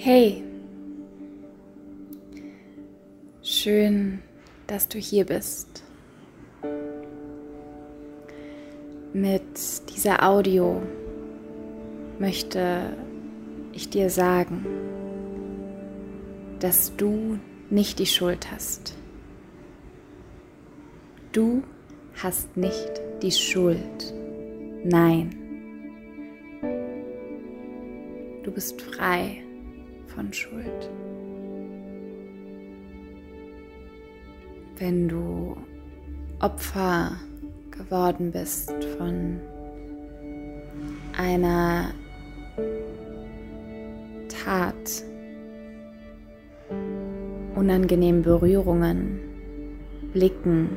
Hey, schön, dass du hier bist. Mit dieser Audio möchte ich dir sagen, dass du nicht die Schuld hast. Du hast nicht die Schuld. Nein. Du bist frei von Schuld. Wenn du Opfer geworden bist von einer Tat, unangenehmen Berührungen, Blicken,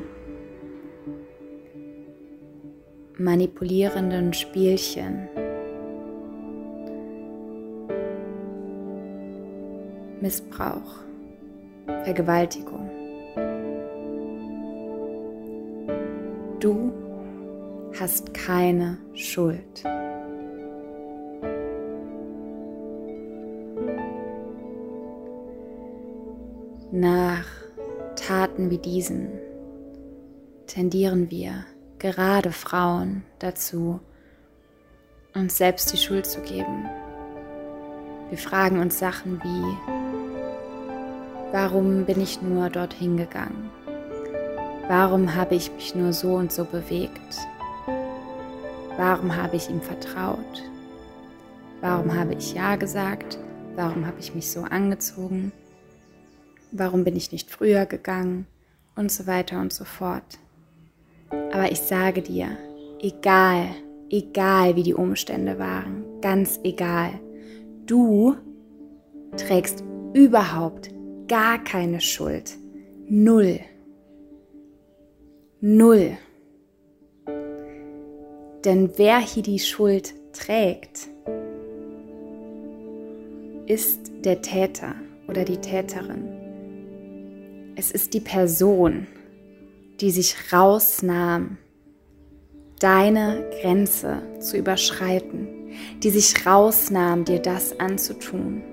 manipulierenden Spielchen, Missbrauch, Vergewaltigung. Du hast keine Schuld. Nach Taten wie diesen tendieren wir, gerade Frauen, dazu, uns selbst die Schuld zu geben. Wir fragen uns Sachen wie: Warum bin ich nur dorthin gegangen? Warum habe ich mich nur so und so bewegt? Warum habe ich ihm vertraut? Warum habe ich Ja gesagt? Warum habe ich mich so angezogen? Warum bin ich nicht früher gegangen? Und so weiter und so fort. Aber ich sage dir, egal wie die Umstände waren, ganz egal, du trägst überhaupt gar keine Schuld. Null. Denn wer hier die Schuld trägt, ist der Täter oder die Täterin. Es ist die Person, die sich rausnahm, deine Grenze zu überschreiten, die sich rausnahm, dir das anzutun.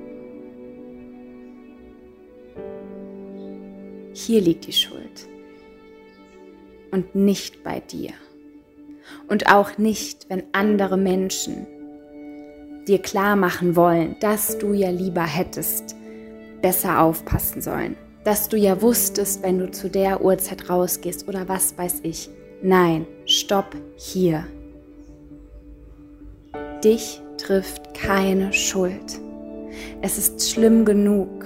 Hier liegt die Schuld und nicht bei dir. Und auch nicht, wenn andere Menschen dir klar machen wollen, dass du ja lieber hättest besser aufpassen sollen, dass du ja wusstest, wenn du zu der Uhrzeit rausgehst oder was weiß ich. Nein, stopp hier. Dich trifft keine Schuld. Es ist schlimm genug,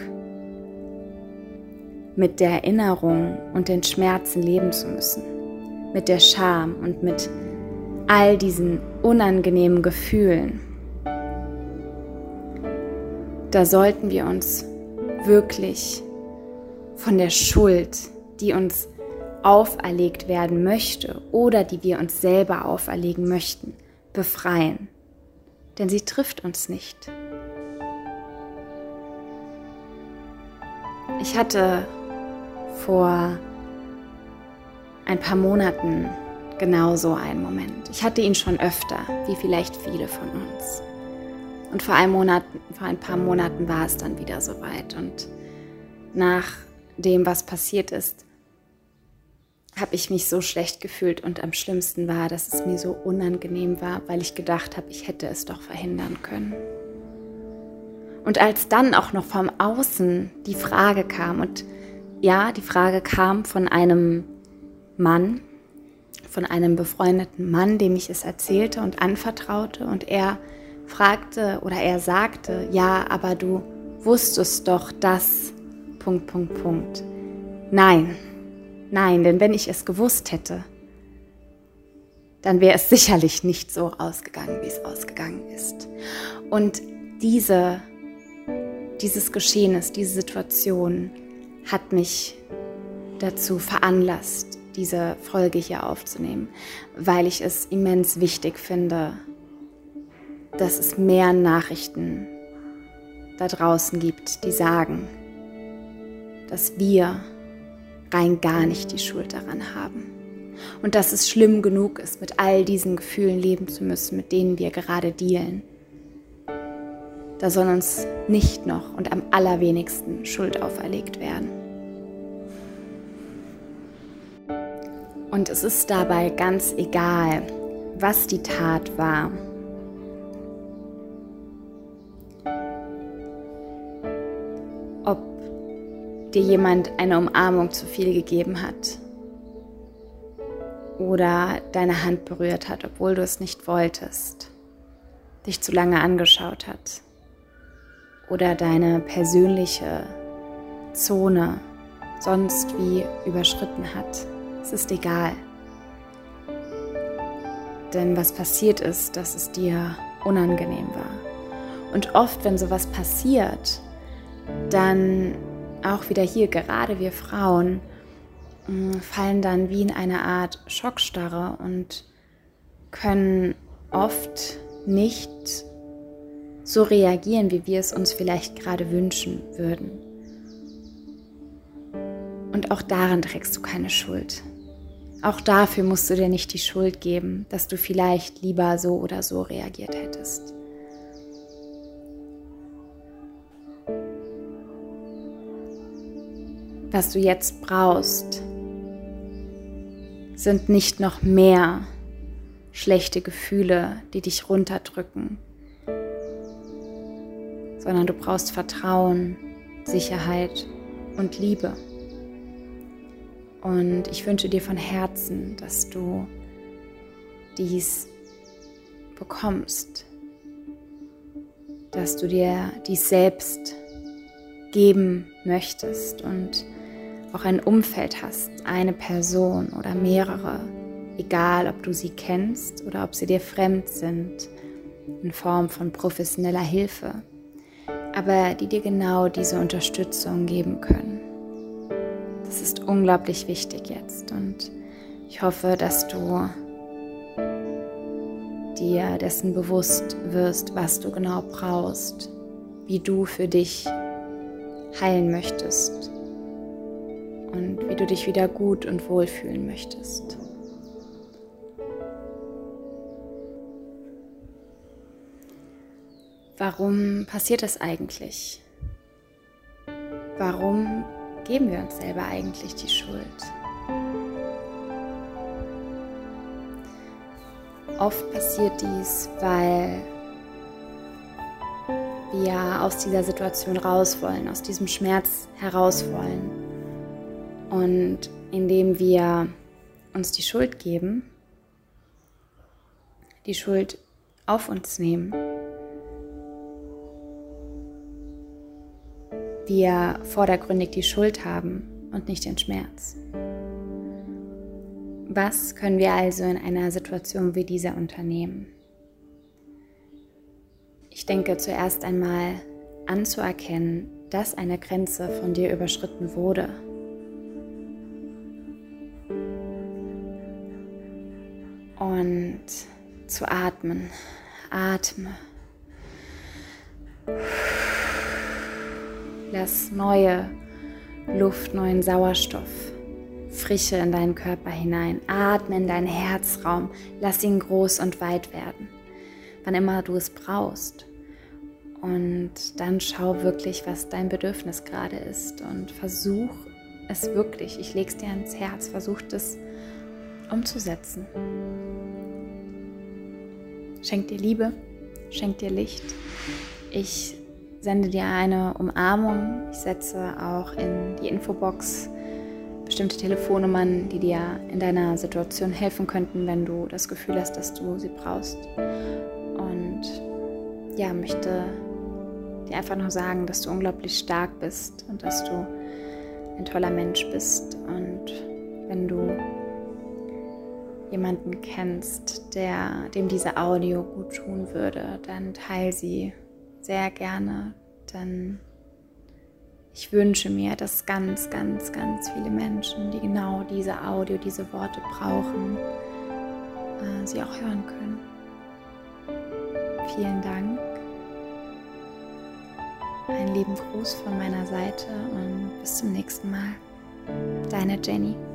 mit der Erinnerung und den Schmerzen leben zu müssen, mit der Scham und mit all diesen unangenehmen Gefühlen. Da sollten wir uns wirklich von der Schuld, die uns auferlegt werden möchte oder die wir uns selber auferlegen möchten, befreien. Denn sie trifft uns nicht. Ich hatte vor ein paar Monaten genau so einen Moment. Ich hatte ihn schon öfter, wie vielleicht viele von uns. Und vor ein paar Monaten war es dann wieder soweit. Und nach dem, was passiert ist, habe ich mich so schlecht gefühlt. Und am schlimmsten war, dass es mir so unangenehm war, weil ich gedacht habe, ich hätte es doch verhindern können. Und als dann auch noch vom Außen die Frage kam, und ja, die Frage kam von einem Mann, von einem befreundeten Mann, dem ich es erzählte und anvertraute, und er fragte oder er sagte: Ja, aber du wusstest doch, dass... Nein, denn wenn ich es gewusst hätte, dann wäre es sicherlich nicht so ausgegangen, wie es ausgegangen ist. Und dieses Geschehnis, diese Situation hat mich dazu veranlasst, diese Folge hier aufzunehmen, weil ich es immens wichtig finde, dass es mehr Nachrichten da draußen gibt, die sagen, dass wir rein gar nicht die Schuld daran haben. Und dass es schlimm genug ist, mit all diesen Gefühlen leben zu müssen, mit denen wir gerade dealen. Da soll uns nicht noch und am allerwenigsten Schuld auferlegt werden. Und es ist dabei ganz egal, was die Tat war. Ob dir jemand eine Umarmung zu viel gegeben hat oder deine Hand berührt hat, obwohl du es nicht wolltest, dich zu lange angeschaut hat oder deine persönliche Zone sonst wie überschritten hat. Es ist egal. Denn was passiert ist, dass es dir unangenehm war. Und oft, wenn sowas passiert, dann auch wieder hier, gerade wir Frauen, fallen dann wie in eine Art Schockstarre und können oft nicht so reagieren, wie wir es uns vielleicht gerade wünschen würden. Und auch daran trägst du keine Schuld. Auch dafür musst du dir nicht die Schuld geben, dass du vielleicht lieber so oder so reagiert hättest. Was du jetzt brauchst, sind nicht noch mehr schlechte Gefühle, die dich runterdrücken, sondern du brauchst Vertrauen, Sicherheit und Liebe. Und ich wünsche dir von Herzen, dass du dies bekommst, dass du dir dies selbst geben möchtest und auch ein Umfeld hast, eine Person oder mehrere, egal ob du sie kennst oder ob sie dir fremd sind, in Form von professioneller Hilfe, aber die dir genau diese Unterstützung geben können. Das ist unglaublich wichtig jetzt und ich hoffe, dass du dir dessen bewusst wirst, was du genau brauchst, wie du für dich heilen möchtest und wie du dich wieder gut und wohl fühlen möchtest. Warum passiert das eigentlich? Warum geben wir uns selber eigentlich die Schuld? Oft passiert dies, weil wir aus dieser Situation raus wollen, aus diesem Schmerz heraus wollen. Und indem wir uns die Schuld geben, die Schuld auf uns nehmen, wir vordergründig die Schuld haben und nicht den Schmerz. Was können wir also in einer Situation wie dieser unternehmen? Ich denke zuerst einmal anzuerkennen, dass eine Grenze von dir überschritten wurde. Und zu atmen. Atme. Lass neue Luft, neuen Sauerstoff, Frische in deinen Körper hinein. Atme in deinen Herzraum. Lass ihn groß und weit werden, wann immer du es brauchst. Und dann schau wirklich, was dein Bedürfnis gerade ist und versuch es wirklich. Ich lege es dir ans Herz. Versuch das umzusetzen. Schenk dir Liebe, schenk dir Licht. Ich sende dir eine Umarmung. Ich setze auch in die Infobox bestimmte Telefonnummern, die dir in deiner Situation helfen könnten, wenn du das Gefühl hast, dass du sie brauchst. Und ja, möchte dir einfach nur sagen, dass du unglaublich stark bist und dass du ein toller Mensch bist. Und wenn du jemanden kennst, dem diese Audio gut tun würde, dann teile sie sehr gerne, denn ich wünsche mir, dass ganz, ganz, ganz viele Menschen, die genau diese Audio, diese Worte brauchen, sie auch hören können. Vielen Dank. Einen lieben Gruß von meiner Seite und bis zum nächsten Mal. Deine Jenny.